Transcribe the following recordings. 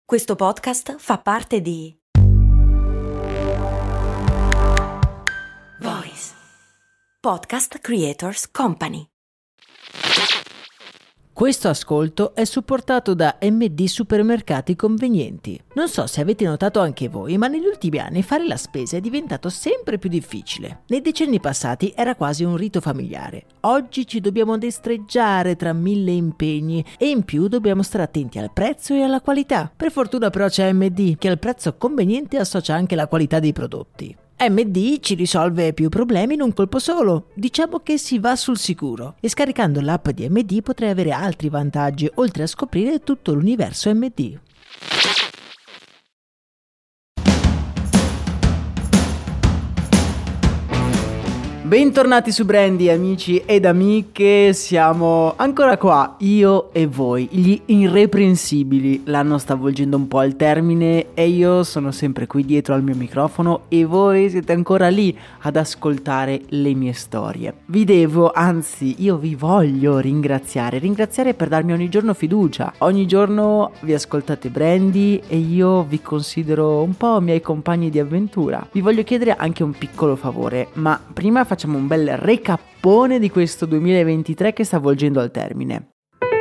Questo podcast fa parte di Voice Podcast Creators Company. Questo ascolto è supportato da MD Supermercati Convenienti. Non so se avete notato anche voi, ma negli ultimi anni fare la spesa è diventato sempre più difficile. Nei decenni passati era quasi un rito familiare. Oggi ci dobbiamo destreggiare tra 1000 impegni e in più dobbiamo stare attenti al prezzo e alla qualità. Per fortuna però c'è MD, che al prezzo conveniente associa anche la qualità dei prodotti. MD ci risolve più problemi in un colpo solo. Diciamo che si va sul sicuro. E scaricando l'app di MD potrai avere altri vantaggi, oltre a scoprire tutto l'universo MD. Bentornati su Brandy, amici ed amiche, siamo ancora qua, io e voi, gli irreprensibili. L'anno sta volgendo un po' al termine e io sono sempre qui dietro al mio microfono e voi siete ancora lì ad ascoltare le mie storie. Io vi voglio ringraziare per darmi ogni giorno fiducia. Ogni giorno vi ascoltate Brandy e io vi considero un po' miei compagni di avventura. Vi voglio chiedere anche un piccolo favore, ma prima facciamo un bel recappone di questo 2023 che sta volgendo al termine.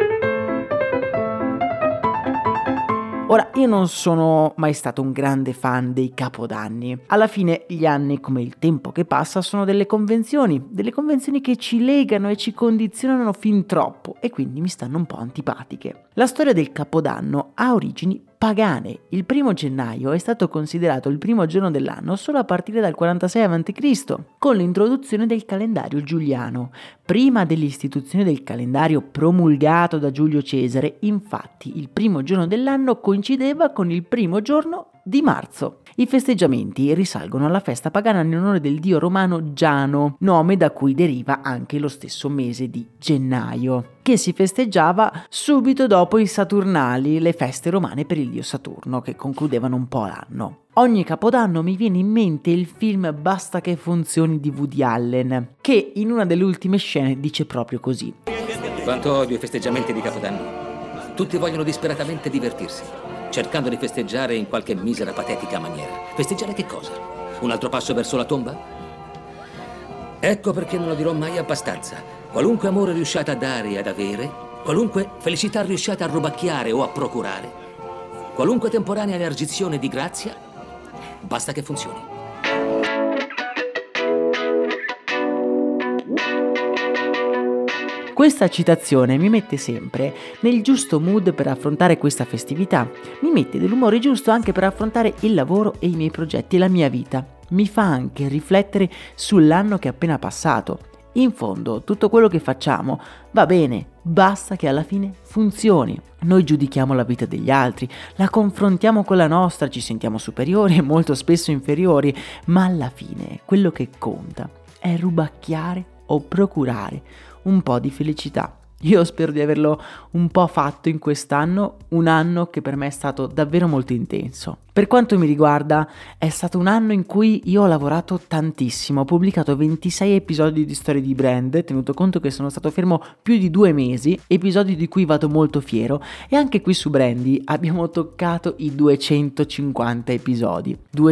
Ora, io non sono mai stato un grande fan dei capodanni. Alla fine gli anni, come il tempo che passa, sono delle convenzioni che ci legano e ci condizionano fin troppo e quindi mi stanno un po' antipatiche. La storia del Capodanno ha origini pagane. Il 1 gennaio è stato considerato il primo giorno dell'anno solo a partire dal 46 a.C., con l'introduzione del calendario giuliano. Prima dell'istituzione del calendario promulgato da Giulio Cesare, infatti, il primo giorno dell'anno coincideva con il primo giorno di marzo. I festeggiamenti risalgono alla festa pagana in onore del dio romano Giano, nome da cui deriva anche lo stesso mese di gennaio, che si festeggiava subito dopo i Saturnali, le feste romane per il dio Saturno, che concludevano un po' l'anno. Ogni Capodanno mi viene in mente il film Basta che funzioni di Woody Allen, che in una delle ultime scene dice proprio così. Quanto odio i festeggiamenti di Capodanno. Tutti vogliono disperatamente divertirsi, cercando di festeggiare in qualche misera, patetica maniera. Festeggiare che cosa? Un altro passo verso la tomba? Ecco perché non lo dirò mai abbastanza. Qualunque amore riusciate a dare e ad avere, qualunque felicità riusciate a rubacchiare o a procurare, qualunque temporanea elargizione di grazia, basta che funzioni. Questa citazione mi mette sempre nel giusto mood per affrontare questa festività, mi mette dell'umore giusto anche per affrontare il lavoro e i miei progetti e la mia vita. Mi fa anche riflettere sull'anno che è appena passato. In fondo, tutto quello che facciamo va bene, basta che alla fine funzioni. Noi giudichiamo la vita degli altri, la confrontiamo con la nostra, ci sentiamo superiori e molto spesso inferiori, ma alla fine quello che conta è rubacchiare o procurare un po' di felicità. Io spero di averlo un po' fatto in quest'anno, un anno che per me è stato davvero molto intenso. Per quanto mi riguarda, è stato un anno in cui io ho lavorato tantissimo, ho pubblicato 26 episodi di Storie di Brand, tenuto conto che sono stato fermo più di 2 mesi, episodi di cui vado molto fiero, e anche qui su Brandy abbiamo toccato i 250 episodi,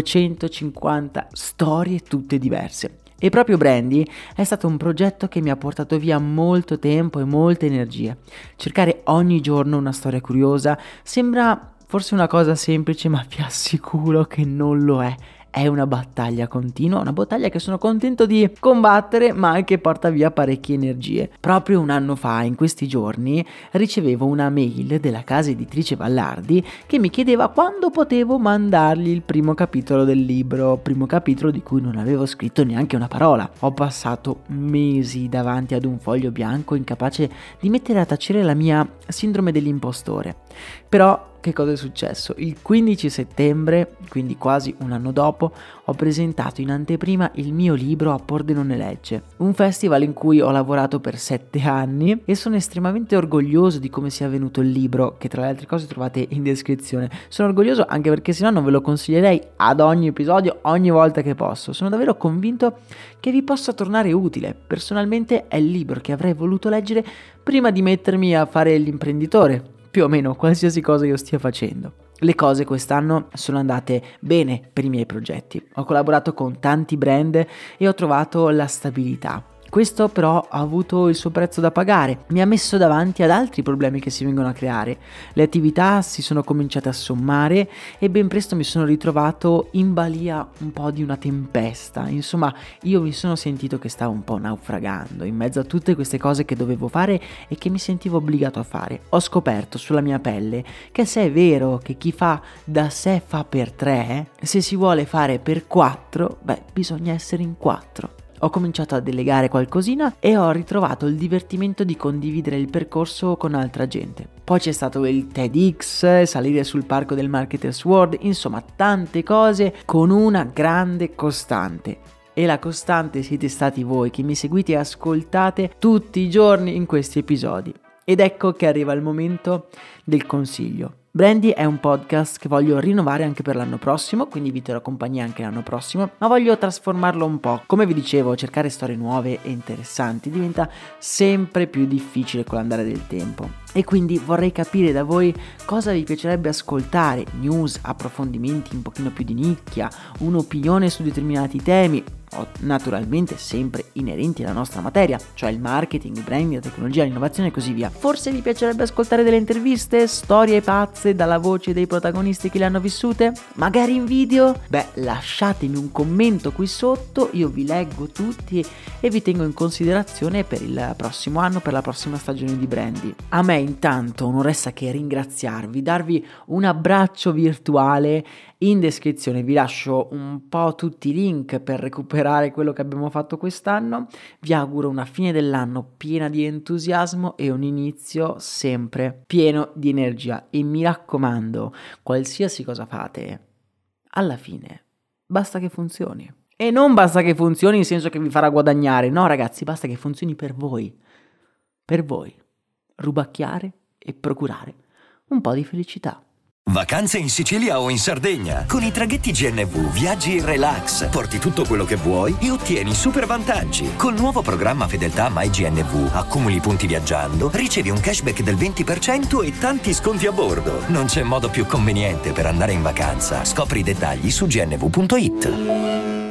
250 storie tutte diverse. E proprio Brandy è stato un progetto che mi ha portato via molto tempo e molte energie. Cercare ogni giorno una storia curiosa sembra forse una cosa semplice, ma vi assicuro che non lo è. È una battaglia continua, una battaglia che sono contento di combattere, ma che porta via parecchie energie. Proprio un anno fa, in questi giorni, ricevevo una mail della casa editrice Vallardi che mi chiedeva quando potevo mandargli il primo capitolo del libro, primo capitolo di cui non avevo scritto neanche una parola. Ho passato mesi davanti ad un foglio bianco, incapace di mettere a tacere la mia sindrome dell'impostore. Però che cosa è successo? Il 15 settembre, quindi quasi un anno dopo, ho presentato in anteprima il mio libro a Pordenone Legge, un festival in cui ho lavorato per 7 anni e sono estremamente orgoglioso di come sia venuto il libro, che tra le altre cose trovate in descrizione. Sono orgoglioso anche perché sennò non ve lo consiglierei ad ogni episodio, ogni volta che posso. Sono davvero convinto che vi possa tornare utile. Personalmente è il libro che avrei voluto leggere prima di mettermi a fare l'imprenditore, più o meno qualsiasi cosa io stia facendo. Le cose quest'anno sono andate bene per i miei progetti. Ho collaborato con tanti brand e ho trovato la stabilità. Questo però ha avuto il suo prezzo da pagare, mi ha messo davanti ad altri problemi che si vengono a creare. Le attività si sono cominciate a sommare e ben presto mi sono ritrovato in balia un po' di una tempesta. Insomma, io mi sono sentito che stavo un po' naufragando in mezzo a tutte queste cose che dovevo fare e che mi sentivo obbligato a fare. Ho scoperto sulla mia pelle che se è vero che chi fa da sé fa per 3, se si vuole fare per 4, bisogna essere in 4. Ho cominciato a delegare qualcosina e ho ritrovato il divertimento di condividere il percorso con altra gente. Poi c'è stato il TEDx, salire sul palco del Marketers World, insomma tante cose con una grande costante. E la costante siete stati voi che mi seguite e ascoltate tutti i giorni in questi episodi. Ed ecco che arriva il momento del consiglio. Brandy è un podcast che voglio rinnovare anche per l'anno prossimo, quindi vi terrò compagnia anche l'anno prossimo, ma voglio trasformarlo un po'. Come vi dicevo, cercare storie nuove e interessanti diventa sempre più difficile con l'andare del tempo. E quindi vorrei capire da voi cosa vi piacerebbe ascoltare, news, approfondimenti un pochino più di nicchia, un'opinione su determinati temi, naturalmente sempre inerenti alla nostra materia, cioè il marketing, il branding, la tecnologia, l'innovazione e così via. Forse vi piacerebbe ascoltare delle interviste, storie pazze dalla voce dei protagonisti che le hanno vissute? Magari in video? Lasciatemi un commento qui sotto, io vi leggo tutti e vi tengo in considerazione per il prossimo anno, per la prossima stagione di Brandy. A me intanto non resta che ringraziarvi, darvi un abbraccio virtuale. In descrizione vi lascio un po' tutti i link per recuperare quello che abbiamo fatto quest'anno. Vi auguro una fine dell'anno piena di entusiasmo e un inizio sempre pieno di energia. E mi raccomando, qualsiasi cosa fate, alla fine basta che funzioni. E non basta che funzioni in senso che vi farà guadagnare, no ragazzi, basta che funzioni per voi. Per voi. Rubacchiare e procurare un po' di felicità. Vacanze in Sicilia o in Sardegna. Con i traghetti GNV viaggi in relax, porti tutto quello che vuoi e ottieni super vantaggi. Col nuovo programma Fedeltà MyGNV accumuli punti viaggiando, ricevi un cashback del 20% e tanti sconti a bordo. Non c'è modo più conveniente per andare in vacanza. Scopri i dettagli su gnv.it.